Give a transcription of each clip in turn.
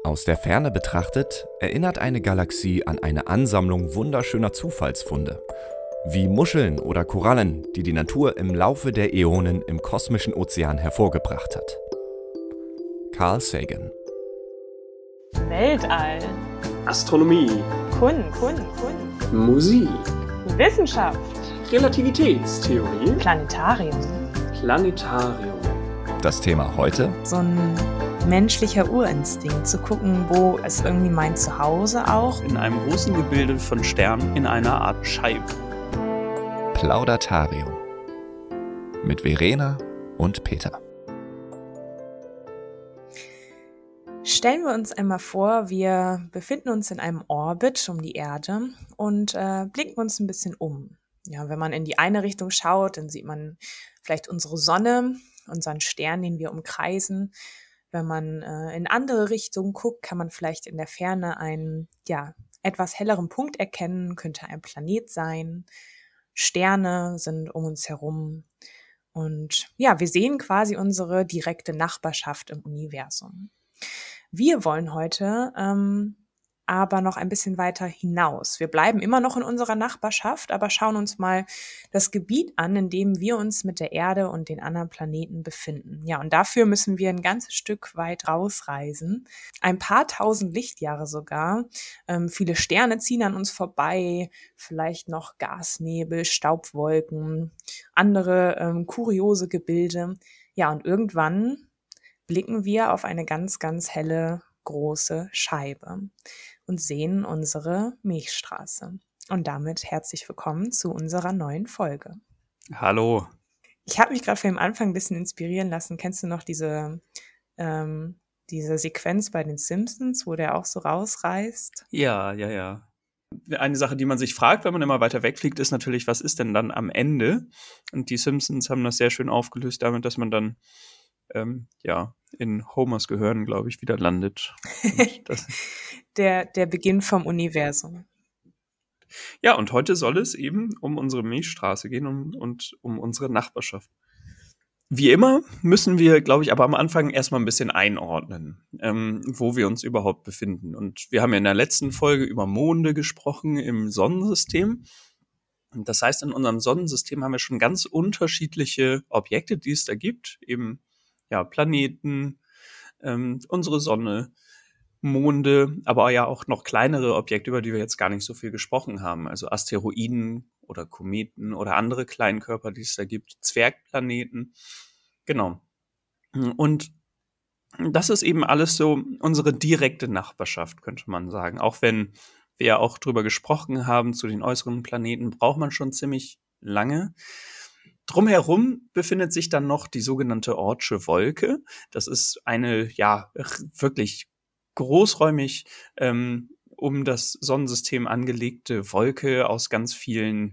Aus der Ferne betrachtet erinnert eine Galaxie an eine Ansammlung wunderschöner Zufallsfunde, wie Muscheln oder Korallen, die die Natur im Laufe der Äonen im kosmischen Ozean hervorgebracht hat. Carl Weltall, Astronomie, Kunst, Musik, Wissenschaft, Relativitätstheorie, Planetarium. Das Thema heute: so ein menschlicher Urinstinkt, zu gucken, wo ist irgendwie mein Zuhause auch. In einem großen Gebilde von Sternen in einer Art Scheibe. Plaudatarium mit Verena und Peter. Stellen wir uns einmal vor, wir befinden uns in einem Orbit um die Erde und blicken uns ein bisschen um. Ja, wenn man in die eine Richtung schaut, dann sieht man vielleicht unsere Sonne, unseren Stern, den wir umkreisen. Wenn man in andere Richtungen guckt, kann man vielleicht in der Ferne einen etwas helleren Punkt erkennen, könnte ein Planet sein. Sterne sind um uns herum. Und ja, wir sehen quasi unsere direkte Nachbarschaft im Universum. Wir wollen heute aber noch ein bisschen weiter hinaus. Wir bleiben immer noch in unserer Nachbarschaft, aber schauen uns mal das Gebiet an, in dem wir uns mit der Erde und den anderen Planeten befinden. Ja, und dafür müssen wir ein ganzes Stück weit rausreisen. Ein paar tausend Lichtjahre sogar. Viele Sterne ziehen an uns vorbei, vielleicht noch Gasnebel, Staubwolken, andere kuriose Gebilde. Ja, und irgendwann blicken wir auf eine ganz, ganz helle, große Scheibe und sehen unsere Milchstraße. Und damit herzlich willkommen zu unserer neuen Folge. Hallo. Ich habe mich gerade für den Anfang ein bisschen inspirieren lassen. Kennst du noch diese Sequenz bei den Simpsons, wo der auch so rausreißt? Ja. Eine Sache, die man sich fragt, wenn man immer weiter wegfliegt, ist natürlich, was ist denn dann am Ende? Und die Simpsons haben das sehr schön aufgelöst damit, dass man dann in Homers Gehirn, glaube ich, wieder landet. Der Beginn vom Universum. Ja, und heute soll es eben um unsere Milchstraße gehen und um unsere Nachbarschaft. Wie immer müssen wir, glaube ich, aber am Anfang erstmal ein bisschen einordnen, wo wir uns überhaupt befinden. Und wir haben ja in der letzten Folge über Monde gesprochen im Sonnensystem. Und das heißt, in unserem Sonnensystem haben wir schon ganz unterschiedliche Objekte, die es da gibt. Eben Planeten, unsere Sonne, Monde, aber ja auch noch kleinere Objekte, über die wir jetzt gar nicht so viel gesprochen haben. Also Asteroiden oder Kometen oder andere Kleinkörper, die es da gibt, Zwergplaneten. Genau. Und das ist eben alles so unsere direkte Nachbarschaft, könnte man sagen. Auch wenn wir ja auch drüber gesprochen haben, zu den äußeren Planeten braucht man schon ziemlich lange. Drumherum befindet sich dann noch die sogenannte Oortsche Wolke. Das ist eine, wirklich großräumig um das Sonnensystem angelegte Wolke aus ganz vielen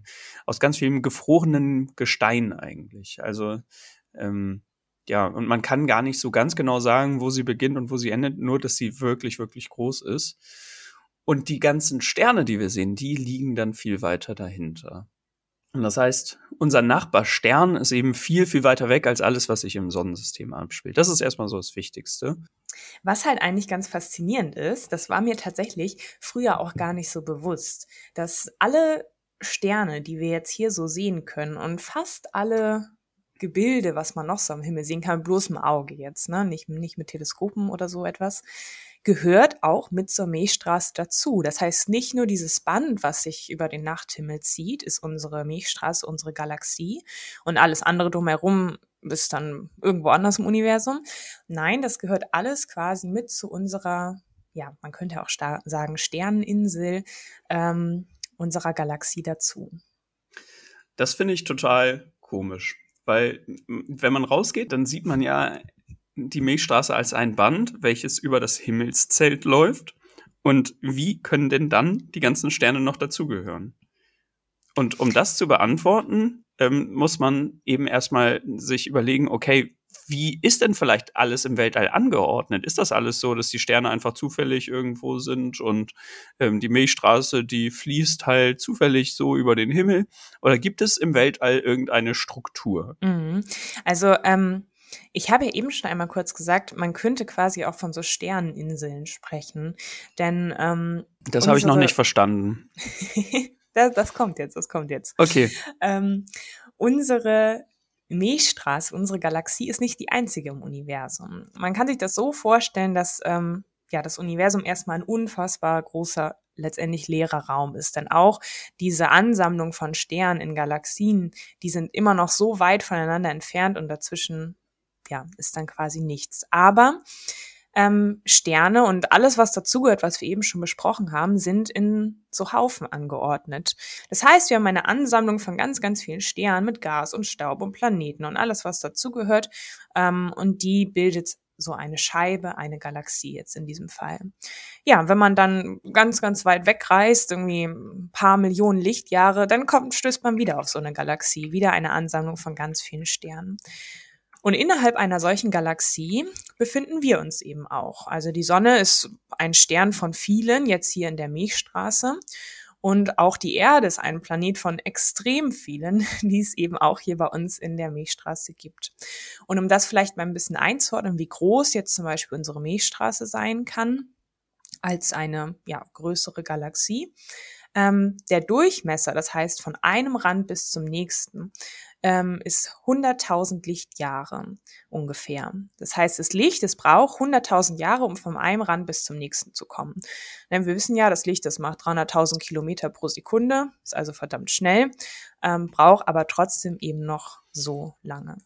gefrorenen Gestein eigentlich. Also, und man kann gar nicht so ganz genau sagen, wo sie beginnt und wo sie endet, nur dass sie wirklich, wirklich groß ist. Und die ganzen Sterne, die wir sehen, die liegen dann viel weiter dahinter. Und das heißt, unser Nachbarstern ist eben viel, viel weiter weg als alles, was sich im Sonnensystem abspielt. Das ist erstmal so das Wichtigste. Was halt eigentlich ganz faszinierend ist, das war mir tatsächlich früher auch gar nicht so bewusst, dass alle Sterne, die wir jetzt hier so sehen können und fast alle Gebilde, was man noch so am Himmel sehen kann, bloß im Auge jetzt, ne, nicht mit Teleskopen oder so etwas, gehört auch mit zur Milchstraße dazu. Das heißt, nicht nur dieses Band, was sich über den Nachthimmel zieht, ist unsere Milchstraße, unsere Galaxie, und alles andere drumherum ist dann irgendwo anders im Universum. Nein, das gehört alles quasi mit zu unserer, man könnte auch sagen, Sterneninsel, unserer Galaxie dazu. Das finde ich total komisch, weil wenn man rausgeht, dann sieht man ja die Milchstraße als ein Band, welches über das Himmelszelt läuft. Und wie können denn dann die ganzen Sterne noch dazugehören? Und um das zu beantworten, muss man eben erstmal sich überlegen, okay, wie ist denn vielleicht alles im Weltall angeordnet? Ist das alles so, dass die Sterne einfach zufällig irgendwo sind und die Milchstraße, die fließt halt zufällig so über den Himmel? Oder gibt es im Weltall irgendeine Struktur? Also Ich habe ja eben schon einmal kurz gesagt, man könnte quasi auch von so Sterneninseln sprechen, denn Das habe ich noch nicht verstanden. das kommt jetzt, das kommt jetzt. Okay. Unsere Milchstraße, unsere Galaxie ist nicht die einzige im Universum. Man kann sich das so vorstellen, dass das Universum erstmal ein unfassbar großer, letztendlich leerer Raum ist. Denn auch diese Ansammlung von Sternen in Galaxien, die sind immer noch so weit voneinander entfernt und dazwischen ist dann quasi nichts. Aber Sterne und alles, was dazugehört, was wir eben schon besprochen haben, sind in so Haufen angeordnet. Das heißt, wir haben eine Ansammlung von ganz, ganz vielen Sternen mit Gas und Staub und Planeten und alles, was dazugehört. Und die bildet so eine Scheibe, eine Galaxie jetzt in diesem Fall. Ja, wenn man dann ganz, ganz weit wegreist, irgendwie ein paar Millionen Lichtjahre, dann stößt man wieder auf so eine Galaxie, wieder eine Ansammlung von ganz vielen Sternen. Und innerhalb einer solchen Galaxie befinden wir uns eben auch. Also die Sonne ist ein Stern von vielen, jetzt hier in der Milchstraße. Und auch die Erde ist ein Planet von extrem vielen, die es eben auch hier bei uns in der Milchstraße gibt. Und um das vielleicht mal ein bisschen einzuordnen, wie groß jetzt zum Beispiel unsere Milchstraße sein kann, als eine größere Galaxie. Der Durchmesser, das heißt von einem Rand bis zum nächsten, ist 100.000 Lichtjahre ungefähr. Das heißt, das Licht, es braucht 100.000 Jahre, um von einem Rand bis zum nächsten zu kommen. Denn wir wissen ja, das Licht, das macht 300.000 Kilometer pro Sekunde, ist also verdammt schnell, braucht aber trotzdem eben noch so lange.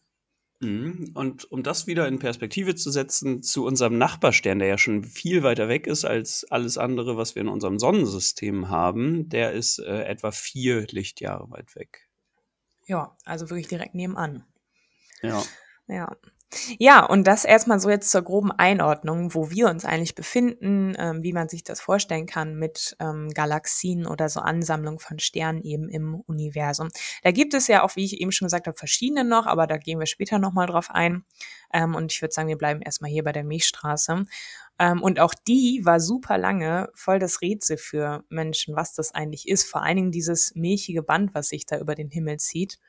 Und um das wieder in Perspektive zu setzen zu unserem Nachbarstern, der ja schon viel weiter weg ist als alles andere, was wir in unserem Sonnensystem haben, der ist etwa 4 Lichtjahre weit weg. Ja, also wirklich direkt nebenan. Ja. Ja, und das erstmal so jetzt zur groben Einordnung, wo wir uns eigentlich befinden, wie man sich das vorstellen kann mit Galaxien oder so Ansammlung von Sternen eben im Universum. Da gibt es ja auch, wie ich eben schon gesagt habe, verschiedene noch, aber da gehen wir später nochmal drauf ein. Und ich würde sagen, wir bleiben erstmal hier bei der Milchstraße. Und auch die war super lange voll das Rätsel für Menschen, was das eigentlich ist. Vor allen Dingen dieses milchige Band, was sich da über den Himmel zieht.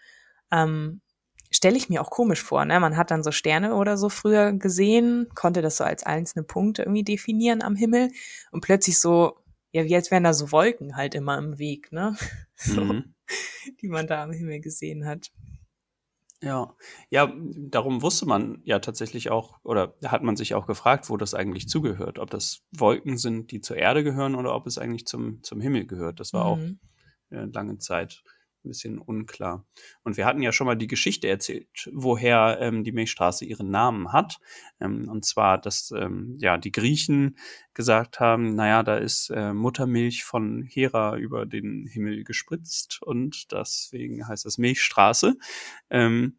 Stelle ich mir auch komisch vor, ne? Man hat dann so Sterne oder so früher gesehen, konnte das so als einzelne Punkte irgendwie definieren am Himmel und plötzlich so, wie als wären da so Wolken halt immer im Weg, ne? So, die man da am Himmel gesehen hat. Ja, darum wusste man ja tatsächlich auch, oder hat man sich auch gefragt, wo das eigentlich zugehört, ob das Wolken sind, die zur Erde gehören oder ob es eigentlich zum Himmel gehört. Das war auch lange Zeit ein bisschen unklar. Und wir hatten ja schon mal die Geschichte erzählt, woher die Milchstraße ihren Namen hat. Und zwar, dass die Griechen gesagt haben, da ist Muttermilch von Hera über den Himmel gespritzt und deswegen heißt es Milchstraße. Den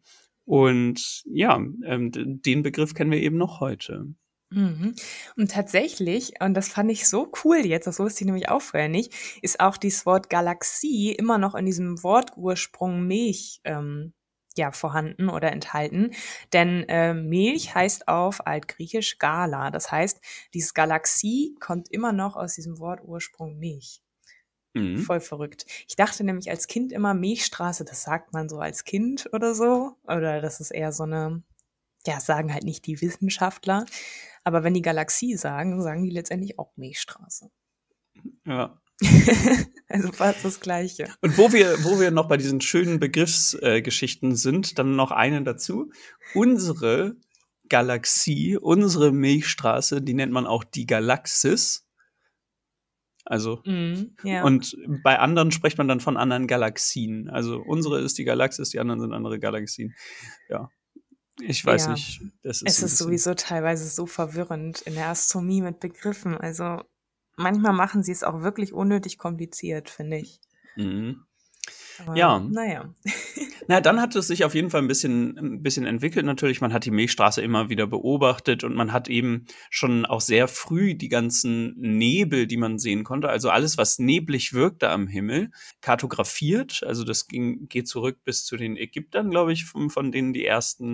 Begriff kennen wir eben noch heute. Und tatsächlich, und das fand ich so cool jetzt, das wusste ich nämlich auch vorher nicht, ist auch dieses Wort Galaxie immer noch in diesem Wortursprung Milch vorhanden oder enthalten. Denn Milch heißt auf Altgriechisch Gala. Das heißt, dieses Galaxie kommt immer noch aus diesem Wortursprung Milch. Voll verrückt. Ich dachte nämlich als Kind immer Milchstraße, das sagt man so als Kind oder so. Oder das ist eher so eine, sagen halt nicht die Wissenschaftler. Aber wenn die Galaxie sagen die letztendlich auch Milchstraße. Ja. Also fast das Gleiche. Und wo wir noch bei diesen schönen Begriffsgeschichten sind, dann noch eine dazu. Unsere Galaxie, unsere Milchstraße, die nennt man auch die Galaxis. Also, und bei anderen spricht man dann von anderen Galaxien. Also unsere ist die Galaxis, die anderen sind andere Galaxien. Ja. Ich weiß nicht. Es ist sowieso teilweise so verwirrend in der Astronomie mit Begriffen. Also manchmal machen sie es auch wirklich unnötig kompliziert, finde ich. Aber, naja. Dann hat es sich auf jeden Fall ein bisschen entwickelt natürlich. Man hat die Milchstraße immer wieder beobachtet und man hat eben schon auch sehr früh die ganzen Nebel, die man sehen konnte, also alles, was neblig wirkte am Himmel, kartografiert. Also das geht zurück bis zu den Ägyptern, glaube ich, von denen die ersten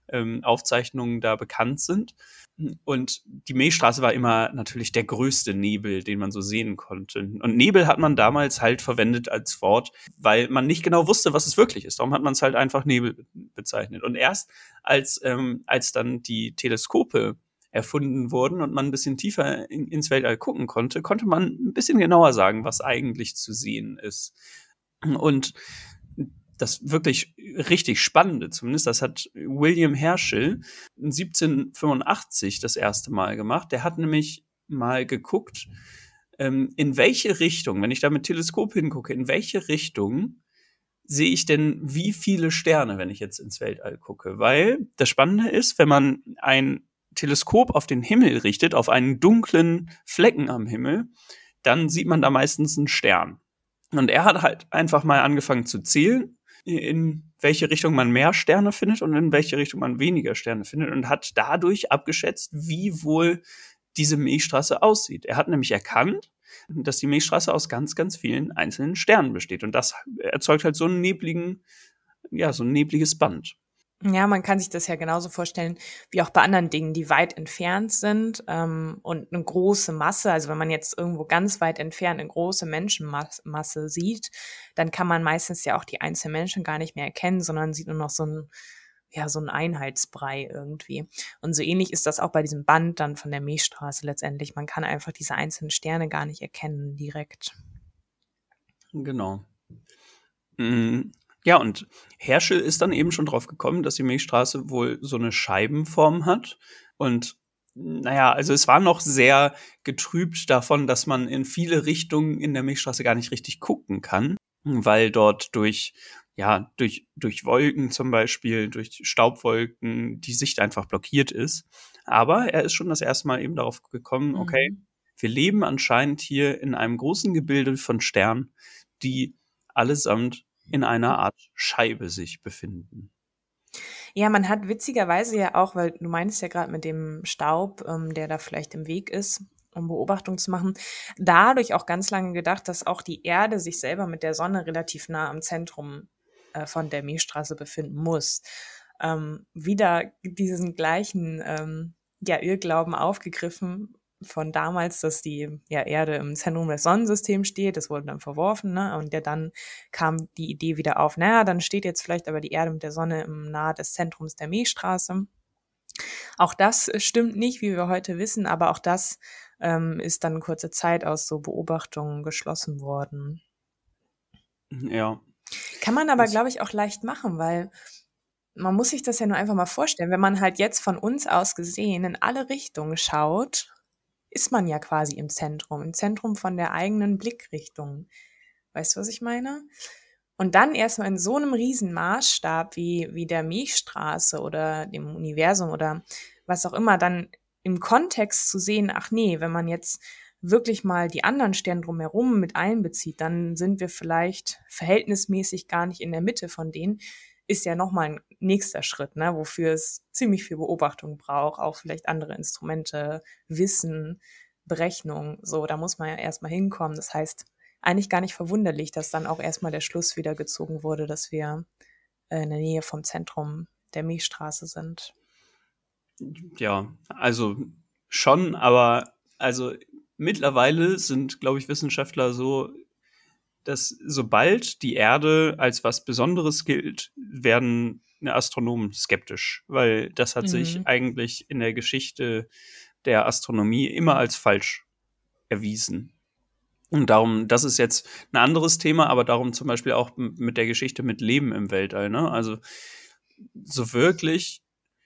Aufzeichnungen da bekannt sind. Und die Milchstraße war immer natürlich der größte Nebel, den man so sehen konnte. Und Nebel hat man damals halt verwendet als Wort, weil man nicht genau wusste, was es wirklich ist. Darum hat man es halt einfach Nebel bezeichnet. Und erst als dann die Teleskope erfunden wurden und man ein bisschen tiefer ins Weltall gucken konnte, konnte man ein bisschen genauer sagen, was eigentlich zu sehen ist. Und das wirklich richtig Spannende zumindest, das hat William Herschel 1785 das erste Mal gemacht. Der hat nämlich mal geguckt, in welche Richtung, wenn ich da mit Teleskop hingucke, in welche Richtung sehe ich denn wie viele Sterne, wenn ich jetzt ins Weltall gucke? Weil das Spannende ist, wenn man ein Teleskop auf den Himmel richtet, auf einen dunklen Flecken am Himmel, dann sieht man da meistens einen Stern. Und er hat halt einfach mal angefangen zu zählen, in welche Richtung man mehr Sterne findet und in welche Richtung man weniger Sterne findet und hat dadurch abgeschätzt, wie wohl diese Milchstraße aussieht. Er hat nämlich erkannt, dass die Milchstraße aus ganz, ganz vielen einzelnen Sternen besteht. Und das erzeugt halt so ein nebliges Band. Ja, man kann sich das ja genauso vorstellen wie auch bei anderen Dingen, die weit entfernt sind und eine große Masse. Also wenn man jetzt irgendwo ganz weit entfernt eine große Menschenmasse sieht, dann kann man meistens ja auch die einzelnen Menschen gar nicht mehr erkennen, sondern sieht nur noch so ein Einheitsbrei irgendwie. Und so ähnlich ist das auch bei diesem Band dann von der Milchstraße letztendlich. Man kann einfach diese einzelnen Sterne gar nicht erkennen direkt. Genau. Ja, und Herschel ist dann eben schon drauf gekommen, dass die Milchstraße wohl so eine Scheibenform hat. Und naja, also es war noch sehr getrübt davon, dass man in viele Richtungen in der Milchstraße gar nicht richtig gucken kann, weil dort durch Wolken zum Beispiel, durch Staubwolken, die Sicht einfach blockiert ist. Aber er ist schon das erste Mal eben darauf gekommen, okay, wir leben anscheinend hier in einem großen Gebilde von Sternen, die allesamt in einer Art Scheibe sich befinden. Ja, man hat witzigerweise ja auch, weil du meinst ja gerade mit dem Staub, der da vielleicht im Weg ist, um Beobachtungen zu machen, dadurch auch ganz lange gedacht, dass auch die Erde sich selber mit der Sonne relativ nah am Zentrum von der Milchstraße befinden muss. Wieder diesen gleichen Irrglauben aufgegriffen von damals, dass die Erde im Zentrum des Sonnensystems steht. Das wurde dann verworfen, ne? Und dann kam die Idee wieder auf, naja, dann steht jetzt vielleicht aber die Erde mit der Sonne im nahe des Zentrums der Milchstraße. Auch das stimmt nicht, wie wir heute wissen, aber auch das ist dann kurze Zeit aus so Beobachtungen geschlossen worden. Ja. Kann man aber, glaube ich, auch leicht machen, weil man muss sich das ja nur einfach mal vorstellen. Wenn man halt jetzt von uns aus gesehen in alle Richtungen schaut, ist man ja quasi im Zentrum von der eigenen Blickrichtung. Weißt du, was ich meine? Und dann erstmal in so einem riesen Maßstab wie der Milchstraße oder dem Universum oder was auch immer, dann im Kontext zu sehen, ach nee, wenn man jetzt wirklich mal die anderen Sterne drumherum mit einbezieht, dann sind wir vielleicht verhältnismäßig gar nicht in der Mitte von denen, ist ja nochmal ein nächster Schritt, ne, wofür es ziemlich viel Beobachtung braucht, auch vielleicht andere Instrumente, Wissen, Berechnung, so, da muss man ja erstmal hinkommen. Das heißt, eigentlich gar nicht verwunderlich, dass dann auch erstmal der Schluss wieder gezogen wurde, dass wir in der Nähe vom Zentrum der Milchstraße sind. Ja, also schon, aber also mittlerweile sind, glaube ich, Wissenschaftler so, dass sobald die Erde als was Besonderes gilt, werden Astronomen skeptisch, weil das hat sich eigentlich in der Geschichte der Astronomie immer als falsch erwiesen. Und darum, das ist jetzt ein anderes Thema, aber darum zum Beispiel auch mit der Geschichte mit Leben im Weltall, ne? Also so wirklich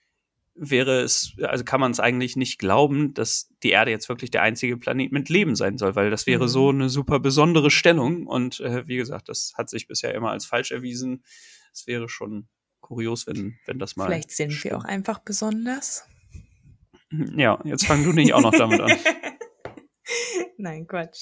kann man es eigentlich nicht glauben, dass die Erde jetzt wirklich der einzige Planet mit Leben sein soll, weil das wäre so eine super besondere Stellung und wie gesagt, das hat sich bisher immer als falsch erwiesen. Es wäre schon kurios, wenn das mal Vielleicht sind stimmt. wir auch einfach besonders. Ja, jetzt fang du nicht auch noch damit an. Nein, Quatsch.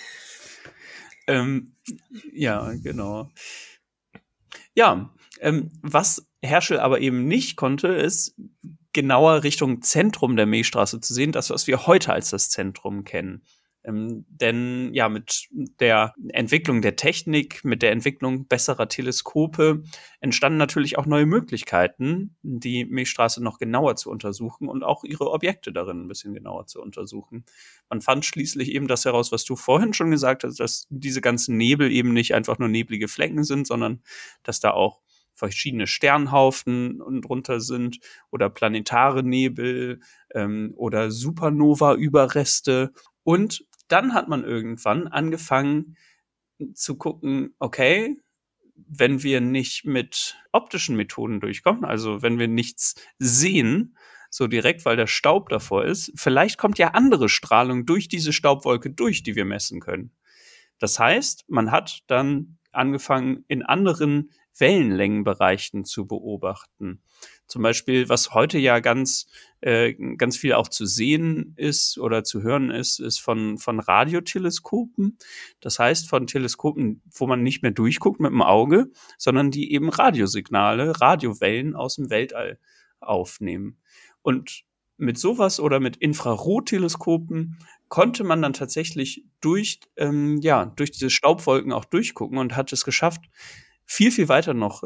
Ja, genau. Ja, was Herschel aber eben nicht konnte, ist genauer Richtung Zentrum der Milchstraße zu sehen, das, was wir heute als das Zentrum kennen. Denn ja, mit der Entwicklung der Technik, mit der Entwicklung besserer Teleskope entstanden natürlich auch neue Möglichkeiten, die Milchstraße noch genauer zu untersuchen und auch ihre Objekte darin ein bisschen genauer zu untersuchen. Man fand schließlich eben das heraus, was du vorhin schon gesagt hast, dass diese ganzen Nebel eben nicht einfach nur neblige Flecken sind, sondern dass da auch verschiedene Sternhaufen drunter sind oder planetare Nebel oder Supernova-Überreste. Und dann hat man irgendwann angefangen zu gucken, okay, wenn wir nicht mit optischen Methoden durchkommen, also wenn wir nichts sehen, so direkt, weil der Staub davor ist, vielleicht kommt ja andere Strahlung durch diese Staubwolke durch, die wir messen können. Das heißt, man hat dann angefangen, in anderen Wellenlängenbereichen zu beobachten. Zum Beispiel, was heute ja ganz viel auch zu sehen ist oder zu hören ist von Radioteleskopen. Das heißt, von Teleskopen, wo man nicht mehr durchguckt mit dem Auge, sondern die eben Radiosignale, Radiowellen aus dem Weltall aufnehmen. Und mit sowas oder mit Infrarotteleskopen konnte man dann tatsächlich durch diese Staubwolken auch durchgucken und hat es geschafft, viel, viel weiter noch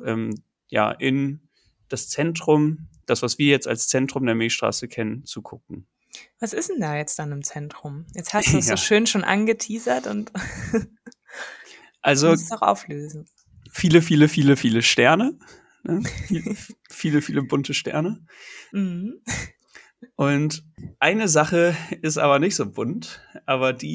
in das Zentrum, das, was wir jetzt als Zentrum der Milchstraße kennen, zu gucken. Was ist denn da jetzt dann im Zentrum? Jetzt hast du es so schön schon angeteasert und also musst doch auflösen. Viele, viele, viele, viele Sterne. Ne? Viele, viele bunte Sterne. Mhm. Und eine Sache ist aber nicht so bunt, aber da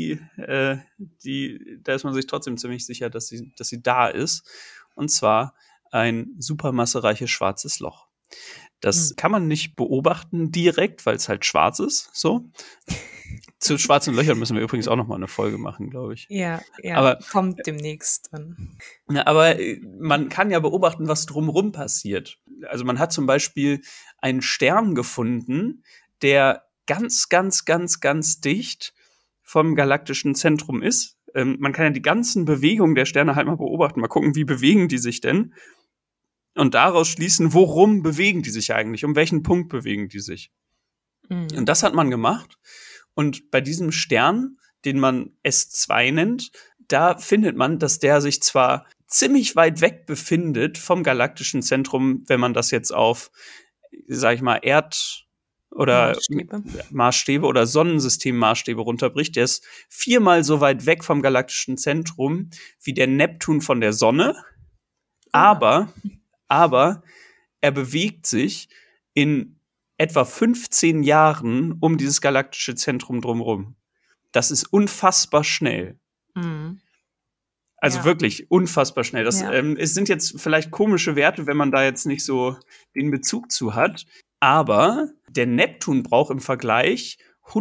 ist man sich trotzdem ziemlich sicher, dass sie da ist. Und zwar ein supermassereiches schwarzes Loch. Das kann man nicht beobachten direkt, weil es halt schwarz ist. So. Zu schwarzen Löchern müssen wir übrigens auch noch mal eine Folge machen, glaube ich. Ja, aber kommt demnächst dann. Ja, aber man kann ja beobachten, was drumherum passiert. Also man hat zum Beispiel einen Stern gefunden, der ganz, ganz, ganz, ganz dicht vom galaktischen Zentrum ist. Man kann ja die ganzen Bewegungen der Sterne halt mal beobachten, mal gucken, wie bewegen die sich denn? Und daraus schließen, worum bewegen die sich eigentlich? Um welchen Punkt bewegen die sich? Mhm. Und das hat man gemacht. Und bei diesem Stern, den man S2 nennt, da findet man, dass der sich zwar ziemlich weit weg befindet vom galaktischen Zentrum, wenn man das jetzt auf, sag ich mal, oder Maßstäbe oder Sonnensystemmaßstäbe runterbricht. Der ist 4-mal so weit weg vom galaktischen Zentrum wie der Neptun von der Sonne. Aber er bewegt sich in etwa 15 Jahren um dieses galaktische Zentrum drumherum. Das ist unfassbar schnell. Mhm. Also wirklich unfassbar schnell. Es sind jetzt vielleicht komische Werte, wenn man da jetzt nicht so den Bezug zu hat. Aber der Neptun braucht im Vergleich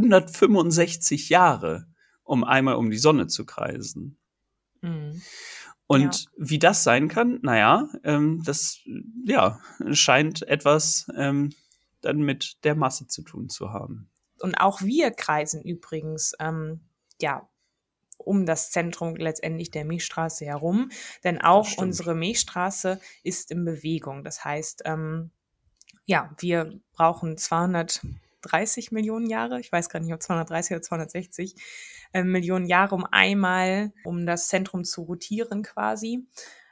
165 Jahre, um einmal um die Sonne zu kreisen. Mhm. Und wie das sein kann, das scheint etwas dann mit der Masse zu tun zu haben. Und auch wir kreisen übrigens um das Zentrum letztendlich der Milchstraße herum, denn auch unsere Milchstraße ist in Bewegung. Das heißt, wir brauchen 230 Millionen Jahre, ich weiß gar nicht, ob 230 oder 260 Millionen Jahre, um das Zentrum zu rotieren quasi.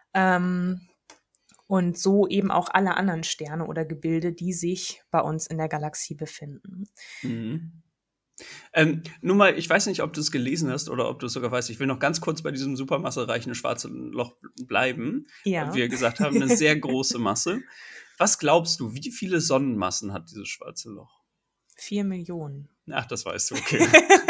Und so eben auch alle anderen Sterne oder Gebilde, die sich bei uns in der Galaxie befinden. Mhm. Nur mal, ich weiß nicht, ob du es gelesen hast oder ob du es sogar weißt, ich will noch ganz kurz bei diesem supermassereichen schwarzen Loch bleiben. Ja. Wie wir gesagt haben, eine sehr große Masse. Was glaubst du, wie viele Sonnenmassen hat dieses schwarze Loch? 4 Millionen. Ach, das weißt du, okay.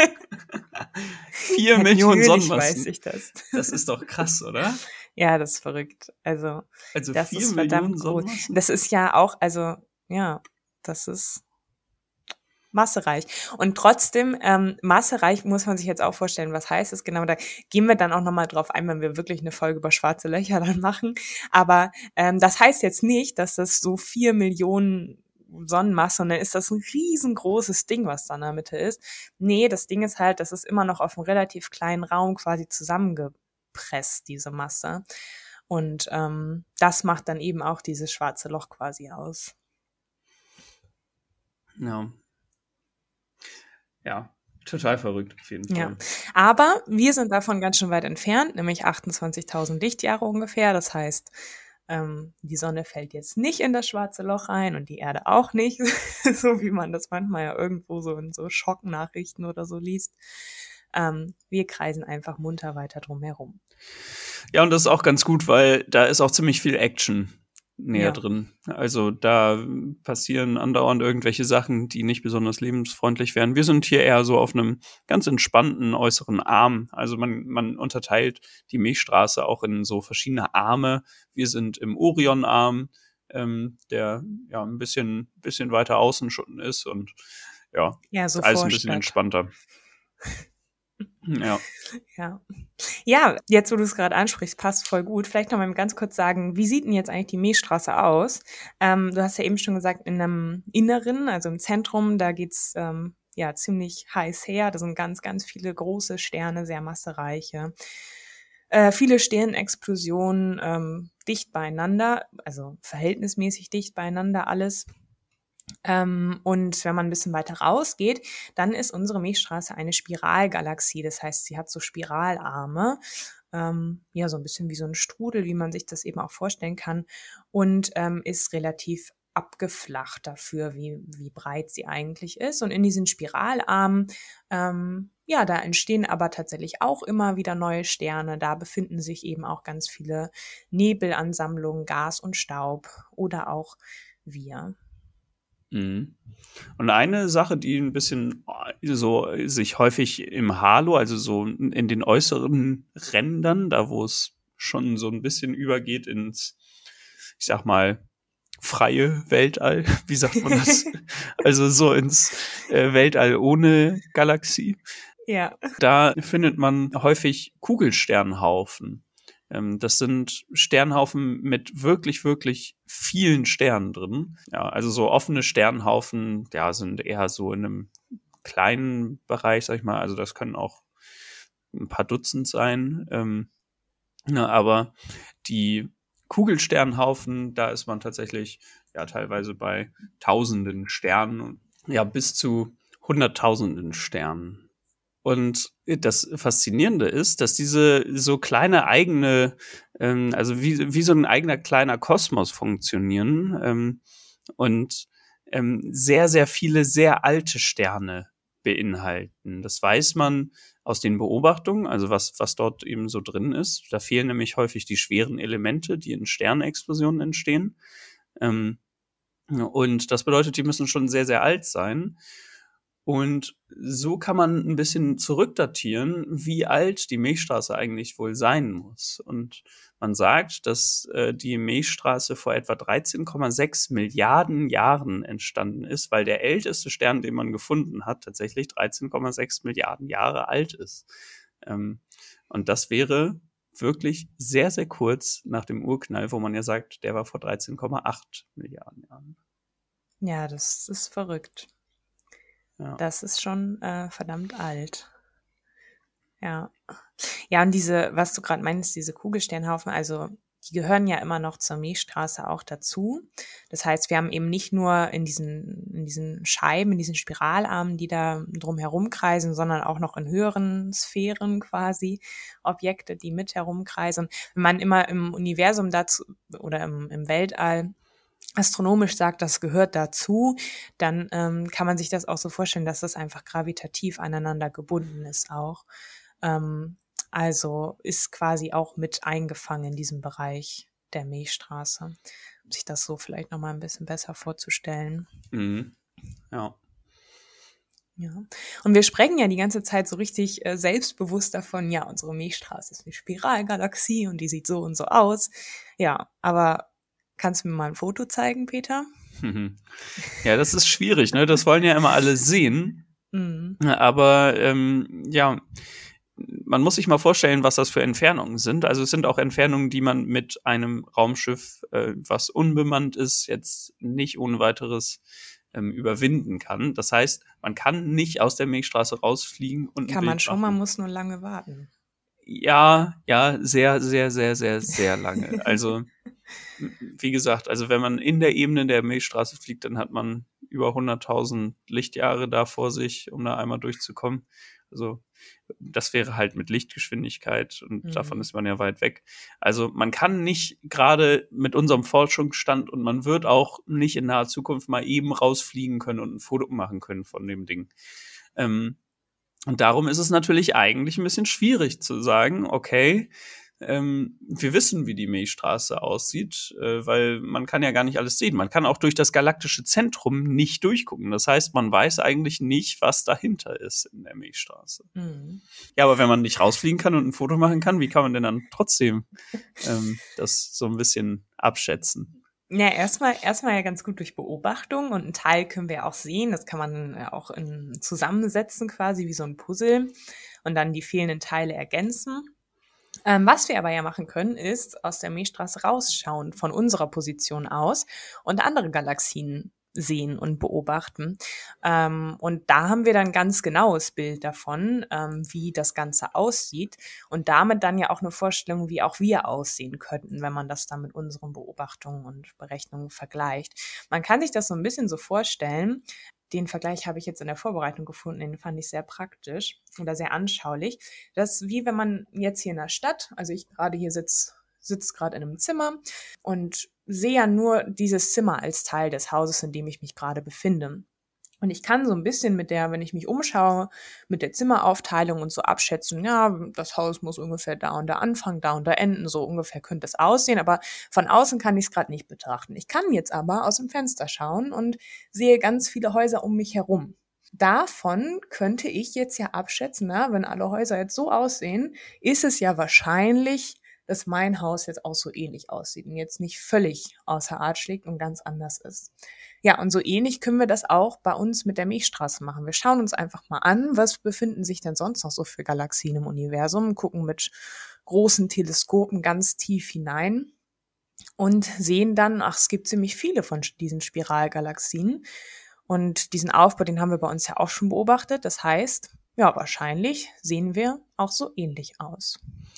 4 Millionen Sonnenmassen. Weiß ich das. Das ist doch krass, oder? Ja, das ist verrückt. Also das 4 ist Millionen verdammt groß. Sonnenmassen? Das ist ja auch, das ist massereich. Und trotzdem, massereich muss man sich jetzt auch vorstellen, was heißt es genau? Da gehen wir dann auch nochmal drauf ein, wenn wir wirklich eine Folge über schwarze Löcher dann machen. Aber das heißt jetzt nicht, dass das so 4 Millionen Sonnenmasse und dann ist das ein riesengroßes Ding, was da in der Mitte ist. Nee, das Ding ist halt, das ist immer noch auf einem relativ kleinen Raum quasi zusammengepresst, diese Masse. Und das macht dann eben auch dieses schwarze Loch quasi aus. Ja. Total verrückt, auf jeden Ja, Fall. aber wir sind davon ganz schön weit entfernt, nämlich 28.000 Lichtjahre ungefähr. Das heißt, die Sonne fällt jetzt nicht in das schwarze Loch rein und die Erde auch nicht, so wie man das manchmal ja irgendwo so in so Schocknachrichten oder so liest. Wir kreisen einfach munter weiter drum herum. Ja, und das ist auch ganz gut, weil da ist auch ziemlich viel Action näher Ja. drin. Also da passieren andauernd irgendwelche Sachen, die nicht besonders lebensfreundlich wären. Wir sind hier eher so auf einem ganz entspannten äußeren Arm. Also man unterteilt die Milchstraße auch in so verschiedene Arme. Wir sind im Orionarm, der ja ein bisschen weiter außen schon ist und ja, Ja, so ist alles ein bisschen Vorstadt. entspannter. Ja. Ja. Ja, jetzt, wo du es gerade ansprichst, passt voll gut. Vielleicht noch mal ganz kurz sagen, wie sieht denn jetzt eigentlich die Milchstraße aus? Du hast ja eben schon gesagt, in einem Inneren, also im Zentrum, da geht's ja ziemlich heiß her. Da sind ganz, ganz viele große Sterne, sehr massereiche. Viele Sternexplosionen, dicht beieinander, also verhältnismäßig dicht beieinander alles. Und wenn man ein bisschen weiter rausgeht, dann ist unsere Milchstraße eine Spiralgalaxie. Das heißt, sie hat so Spiralarme, ja, so ein bisschen wie so ein Strudel, wie man sich das eben auch vorstellen kann, und ist relativ abgeflacht dafür, wie breit sie eigentlich ist. Und in diesen Spiralarmen, ja, da entstehen aber tatsächlich auch immer wieder neue Sterne. Da befinden sich eben auch ganz viele Nebelansammlungen, Gas und Staub oder auch wir. Mhm. Und eine Sache, die ein bisschen so sich häufig im Halo, also so in den äußeren Rändern, da wo es schon so ein bisschen übergeht ins, ich sag mal, freie Weltall, wie sagt man das? Also so ins Weltall ohne Galaxie. Ja. Da findet man häufig Kugelsternhaufen. Das sind Sternhaufen mit wirklich, wirklich vielen Sternen drin. Ja, also so offene Sternhaufen, ja, sind eher so in einem kleinen Bereich, sag ich mal. Also das können auch ein paar Dutzend sein. Aber die Kugelsternhaufen, da ist man tatsächlich ja teilweise bei Tausenden Sternen und ja bis zu Hunderttausenden Sternen. Und das Faszinierende ist, dass diese so kleine eigene, also wie so ein eigener kleiner Kosmos funktionieren und sehr, sehr viele sehr alte Sterne beinhalten. Das weiß man aus den Beobachtungen, also was dort eben so drin ist. Da fehlen nämlich häufig die schweren Elemente, die in Sternexplosionen entstehen. Und das bedeutet, die müssen schon sehr, sehr alt sein. Und so kann man ein bisschen zurückdatieren, wie alt die Milchstraße eigentlich wohl sein muss. Und man sagt, dass die Milchstraße vor etwa 13,6 Milliarden Jahren entstanden ist, weil der älteste Stern, den man gefunden hat, tatsächlich 13,6 Milliarden Jahre alt ist. Und das wäre wirklich sehr, sehr kurz nach dem Urknall, wo man ja sagt, der war vor 13,8 Milliarden Jahren. Ja, das ist verrückt. Ja. Das ist schon verdammt alt. Ja. Ja, und was du gerade meinst, diese Kugelsternhaufen, also die gehören ja immer noch zur Milchstraße auch dazu. Das heißt, wir haben eben nicht nur in diesen Scheiben, in diesen Spiralarmen, die da drum herumkreisen, sondern auch noch in höheren Sphären quasi Objekte, die mit herumkreisen. Wenn man immer im Universum dazu oder im Weltall astronomisch sagt, das gehört dazu, dann kann man sich das auch so vorstellen, dass das einfach gravitativ aneinander gebunden ist auch. Also ist quasi auch mit eingefangen in diesem Bereich der Milchstraße, um sich das so vielleicht nochmal ein bisschen besser vorzustellen. Mhm. Ja. Ja. Und wir sprechen ja die ganze Zeit so richtig selbstbewusst davon, ja, unsere Milchstraße ist eine Spiralgalaxie und die sieht so und so aus. Ja, aber kannst du mir mal ein Foto zeigen, Peter? Ja, das ist schwierig, ne? Das wollen ja immer alle sehen. Mhm. Aber ja, man muss sich mal vorstellen, was das für Entfernungen sind. Also es sind auch Entfernungen, die man mit einem Raumschiff, was unbemannt ist, jetzt nicht ohne weiteres überwinden kann. Das heißt, man kann nicht aus der Milchstraße rausfliegen und ein Kann man Bild schon, machen. man muss nur lange warten. Ja, sehr, sehr, sehr, sehr, sehr lange. Also, wie gesagt, also wenn man in der Ebene der Milchstraße fliegt, dann hat man über 100.000 Lichtjahre da vor sich, um da einmal durchzukommen. Also das wäre halt mit Lichtgeschwindigkeit und davon ist man ja weit weg. Also man kann nicht gerade mit unserem Forschungsstand und man wird auch nicht in naher Zukunft mal eben rausfliegen können und ein Foto machen können von dem Ding. Und darum ist es natürlich eigentlich ein bisschen schwierig zu sagen, okay, wir wissen, wie die Milchstraße aussieht, weil man kann ja gar nicht alles sehen. Man kann auch durch das galaktische Zentrum nicht durchgucken. Das heißt, man weiß eigentlich nicht, was dahinter ist in der Milchstraße. Ja, aber wenn man nicht rausfliegen kann und ein Foto machen kann, wie kann man denn dann trotzdem das so ein bisschen abschätzen? Ja, erstmal ja ganz gut durch Beobachtung und einen Teil können wir auch sehen. Das kann man auch zusammensetzen quasi wie so ein Puzzle und dann die fehlenden Teile ergänzen. Was wir aber ja machen können, ist aus der Milchstraße rausschauen von unserer Position aus und andere Galaxien sehen und beobachten. Und da haben wir dann ein ganz genaues Bild davon, wie das Ganze aussieht und damit dann ja auch eine Vorstellung, wie auch wir aussehen könnten, wenn man das dann mit unseren Beobachtungen und Berechnungen vergleicht. Man kann sich das so ein bisschen so vorstellen. Den Vergleich habe ich jetzt in der Vorbereitung gefunden, den fand ich sehr praktisch oder sehr anschaulich. Das ist wie wenn man jetzt hier in der Stadt, also ich gerade hier sitze gerade in einem Zimmer und sehe ja nur dieses Zimmer als Teil des Hauses, in dem ich mich gerade befinde. Und ich kann so ein bisschen wenn ich mich umschaue, mit der Zimmeraufteilung und so abschätzen, ja, das Haus muss ungefähr da und da anfangen, da und da enden, so ungefähr könnte es aussehen, aber von außen kann ich es gerade nicht betrachten. Ich kann jetzt aber aus dem Fenster schauen und sehe ganz viele Häuser um mich herum. Davon könnte ich jetzt ja abschätzen, wenn alle Häuser jetzt so aussehen, ist es ja wahrscheinlich, dass mein Haus jetzt auch so ähnlich aussieht und jetzt nicht völlig außer Art schlägt und ganz anders ist. Ja, und so ähnlich können wir das auch bei uns mit der Milchstraße machen. Wir schauen uns einfach mal an, was befinden sich denn sonst noch so für Galaxien im Universum, gucken mit großen Teleskopen ganz tief hinein und sehen dann, es gibt ziemlich viele von diesen Spiralgalaxien. Und diesen Aufbau, den haben wir bei uns ja auch schon beobachtet. Das heißt, ja, wahrscheinlich sehen wir auch so ähnlich aus.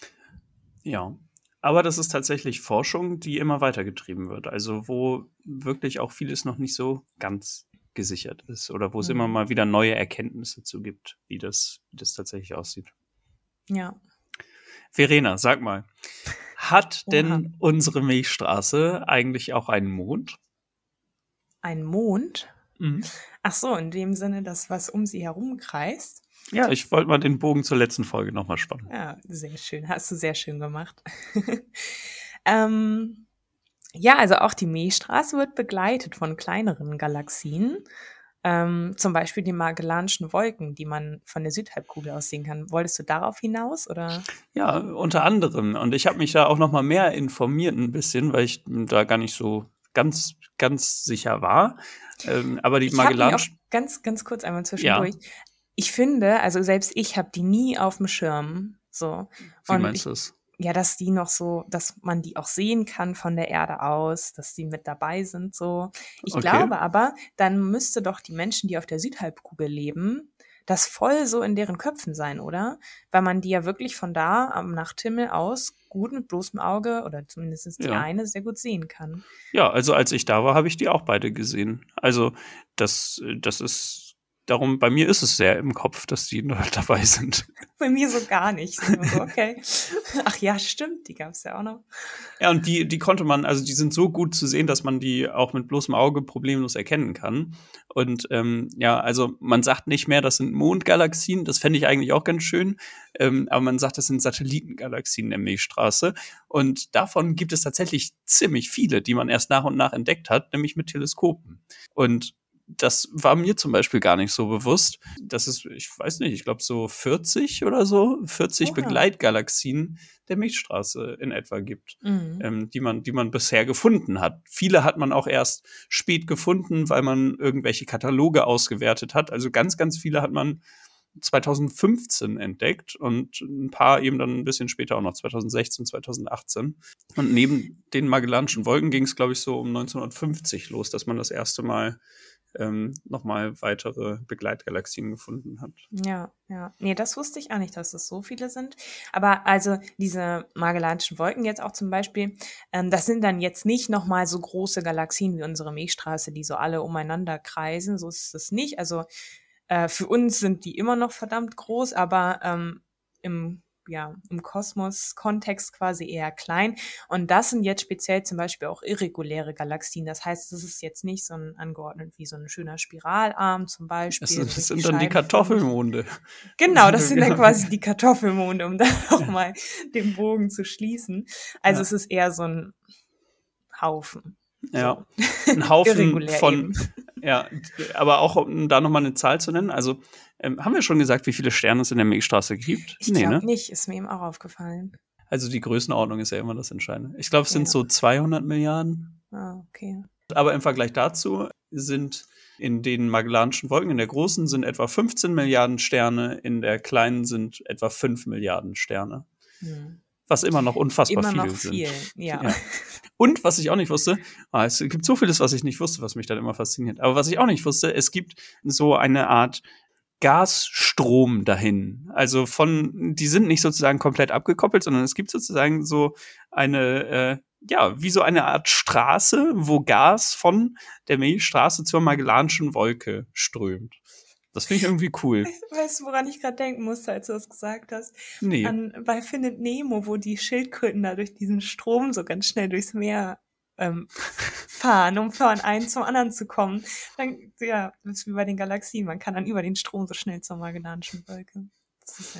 Ja, aber das ist tatsächlich Forschung, die immer weitergetrieben wird. Also wo wirklich auch vieles noch nicht so ganz gesichert ist oder wo es immer mal wieder neue Erkenntnisse zu gibt, wie das tatsächlich aussieht. Ja. Verena, sag mal, hat denn unsere Milchstraße eigentlich auch einen Mond? Ein Mond? Ach so, in dem Sinne, das, was um sie herum kreist. Ja, ich wollte mal den Bogen zur letzten Folge nochmal spannen. Ja, sehr schön. Hast du sehr schön gemacht. Ja, also auch die Milchstraße wird begleitet von kleineren Galaxien. Zum Beispiel die Magellanischen Wolken, die man von der Südhalbkugel aus sehen kann. Wolltest du darauf hinaus, oder? Ja, unter anderem. Und ich habe mich da auch noch mal mehr informiert ein bisschen, weil ich da gar nicht so ganz sicher war. Aber die Magellanischen... Ganz kurz einmal zwischendurch. Ja. Ich finde, also selbst ich habe die nie auf dem Schirm. So. Wie meinst du das? Ja, dass die noch so, dass man die auch sehen kann von der Erde aus, dass die mit dabei sind, so. Ich glaube aber, dann müsste doch die Menschen, die auf der Südhalbkugel leben, das voll so in deren Köpfen sein, oder? Weil man die ja wirklich von da am Nachthimmel aus gut mit bloßem Auge oder zumindest die eine sehr gut sehen kann. Ja, also als ich da war, habe ich die auch beide gesehen. Also das ist darum, bei mir ist es sehr im Kopf, dass die noch dabei sind. Bei mir so gar nicht. Okay. Ach ja, stimmt, die gab es ja auch noch. Ja, und die konnte man, also die sind so gut zu sehen, dass man die auch mit bloßem Auge problemlos erkennen kann. Und also man sagt nicht mehr, das sind Mondgalaxien, das fände ich eigentlich auch ganz schön, aber man sagt, das sind Satellitengalaxien der Milchstraße. Und davon gibt es tatsächlich ziemlich viele, die man erst nach und nach entdeckt hat, nämlich mit Teleskopen. Und das war mir zum Beispiel gar nicht so bewusst, dass es, ich weiß nicht, ich glaube so 40 oder so, 40 Begleitgalaxien der Milchstraße in etwa gibt, die man bisher gefunden hat. Viele hat man auch erst spät gefunden, weil man irgendwelche Kataloge ausgewertet hat. Also ganz, ganz viele hat man 2015 entdeckt und ein paar eben dann ein bisschen später auch noch, 2016, 2018. Und neben den Magellanischen Wolken ging es, glaube ich, so um 1950 los, dass man das erste Mal nochmal weitere Begleitgalaxien gefunden hat. Ja. Nee, das wusste ich auch nicht, dass es so viele sind. Aber also diese Magellanischen Wolken jetzt auch zum Beispiel, das sind dann jetzt nicht nochmal so große Galaxien wie unsere Milchstraße, die so alle umeinander kreisen. So ist es nicht. Also für uns sind die immer noch verdammt groß, aber im Kosmos-Kontext quasi eher klein. Und das sind jetzt speziell zum Beispiel auch irreguläre Galaxien. Das heißt, das ist jetzt nicht so angeordnet wie so ein schöner Spiralarm zum Beispiel. Das sind dann die Kartoffelmonde. Genau, das sind dann quasi die Kartoffelmonde, um da nochmal den Bogen zu schließen. Also es ist eher so ein Haufen. Ja, ein Haufen Irregulär von, eben. ja, aber auch, um da nochmal eine Zahl zu nennen, also haben wir schon gesagt, wie viele Sterne es in der Milchstraße gibt? Ich glaube nicht, ist mir eben auch aufgefallen. Also die Größenordnung ist ja immer das Entscheidende. Ich glaube, es sind Ja. so 200 Milliarden. Ah, okay. Aber im Vergleich dazu sind in den Magellanischen Wolken, in der großen sind etwa 15 Milliarden Sterne, in der kleinen sind etwa 5 Milliarden Sterne. Was immer noch unfassbar Immer noch viele viel, sind. ja. Und was ich auch nicht wusste, es gibt so vieles, was ich nicht wusste, was mich dann immer fasziniert. Aber was ich auch nicht wusste, es gibt so eine Art Gasstrom dahin. Also die sind nicht sozusagen komplett abgekoppelt, sondern es gibt sozusagen so eine, wie so eine Art Straße, wo Gas von der Milchstraße zur Magellanischen Wolke strömt. Das finde ich irgendwie cool. Weißt du, woran ich gerade denken musste, als du das gesagt hast? Nee. Bei Findet Nemo, wo die Schildkröten da durch diesen Strom so ganz schnell durchs Meer fahren, um von einem zum anderen zu kommen. Dann, das ist wie bei den Galaxien. Man kann dann über den Strom so schnell zur Magellanischen Wolke. Das ist,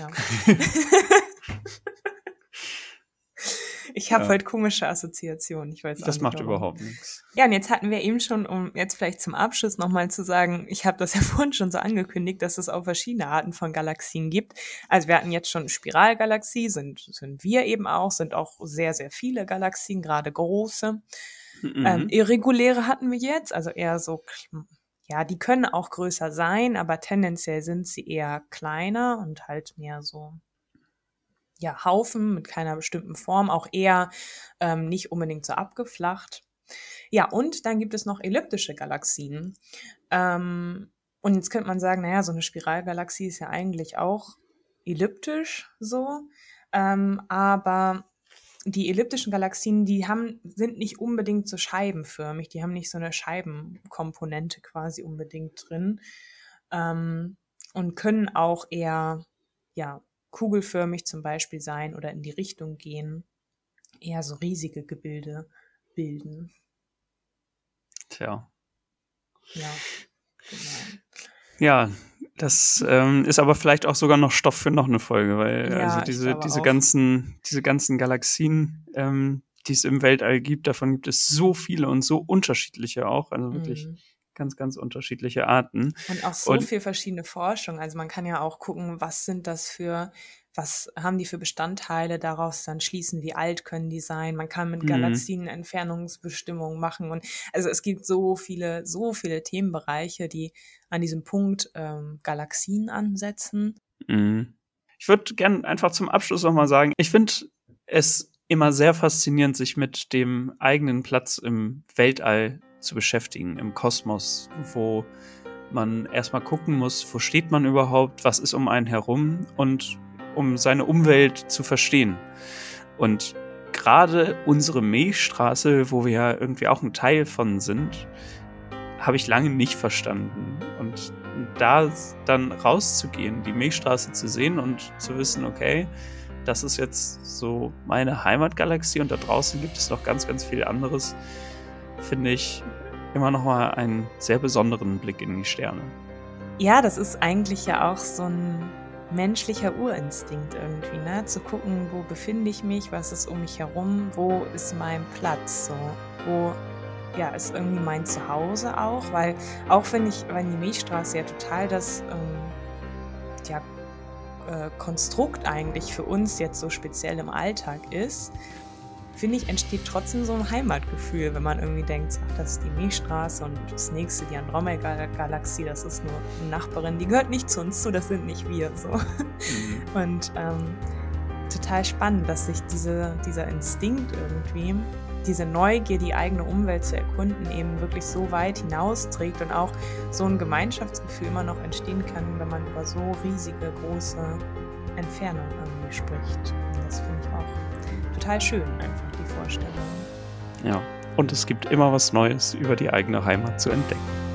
Ich habe heute komische Assoziationen. Ich weiß auch nicht, Das macht warum. überhaupt nichts. Ja, und jetzt hatten wir eben schon, um jetzt vielleicht zum Abschluss nochmal zu sagen, ich habe das ja vorhin schon so angekündigt, dass es auch verschiedene Arten von Galaxien gibt. Also wir hatten jetzt schon Spiralgalaxie, sind wir eben auch, sind auch sehr, sehr viele Galaxien, gerade große. Irreguläre hatten wir jetzt, also eher so, die können auch größer sein, aber tendenziell sind sie eher kleiner und halt mehr so Haufen mit keiner bestimmten Form, auch eher nicht unbedingt so abgeflacht. Ja, und dann gibt es noch elliptische Galaxien. Und jetzt könnte man sagen, so eine Spiralgalaxie ist ja eigentlich auch elliptisch so. Aber die elliptischen Galaxien, sind nicht unbedingt so scheibenförmig. Die haben nicht so eine Scheibenkomponente quasi unbedingt drin. Und können auch eher, kugelförmig zum Beispiel sein oder in die Richtung gehen, eher so riesige Gebilde bilden. Tja. Ja, genau. Ja, das ist aber vielleicht auch sogar noch Stoff für noch eine Folge, weil diese ganzen Galaxien, die es im Weltall gibt, davon gibt es so viele und so unterschiedliche auch, also wirklich ganz, ganz unterschiedliche Arten. Und auch so viel verschiedene Forschung. Also man kann ja auch gucken, was haben die für Bestandteile, daraus dann schließen, wie alt können die sein. Man kann mit Galaxien Entfernungsbestimmungen machen. Und also es gibt so viele Themenbereiche, die an diesem Punkt Galaxien ansetzen. Ich würde gerne einfach zum Abschluss nochmal sagen, ich finde es immer sehr faszinierend, sich mit dem eigenen Platz im Weltall zu beschäftigen, im Kosmos, wo man erstmal gucken muss, wo steht man überhaupt, was ist um einen herum und um seine Umwelt zu verstehen. Und gerade unsere Milchstraße, wo wir ja irgendwie auch ein Teil von sind, habe ich lange nicht verstanden. Und da dann rauszugehen, die Milchstraße zu sehen und zu wissen, okay, das ist jetzt so meine Heimatgalaxie und da draußen gibt es noch ganz, ganz viel anderes, finde ich immer noch mal einen sehr besonderen Blick in die Sterne. Ja, das ist eigentlich ja auch so ein menschlicher Urinstinkt irgendwie, ne? Zu gucken, wo befinde ich mich, was ist um mich herum, wo ist mein Platz, so, wo ist irgendwie mein Zuhause auch, weil auch wenn die Milchstraße ja total das Konstrukt eigentlich für uns jetzt so speziell im Alltag ist, finde ich, entsteht trotzdem so ein Heimatgefühl, wenn man irgendwie denkt, das ist die Milchstraße und das nächste, die Andromeda-Galaxie, das ist nur eine Nachbarin, die gehört nicht zu uns zu, das sind nicht wir, so. Und total spannend, dass sich dieser Instinkt irgendwie diese Neugier, die eigene Umwelt zu erkunden, eben wirklich so weit hinausträgt und auch so ein Gemeinschaftsgefühl immer noch entstehen kann, wenn man über so riesige, große Entfernungen irgendwie spricht. Und das finde ich auch total schön, einfach die Vorstellung. Ja, und es gibt immer was Neues über die eigene Heimat zu entdecken.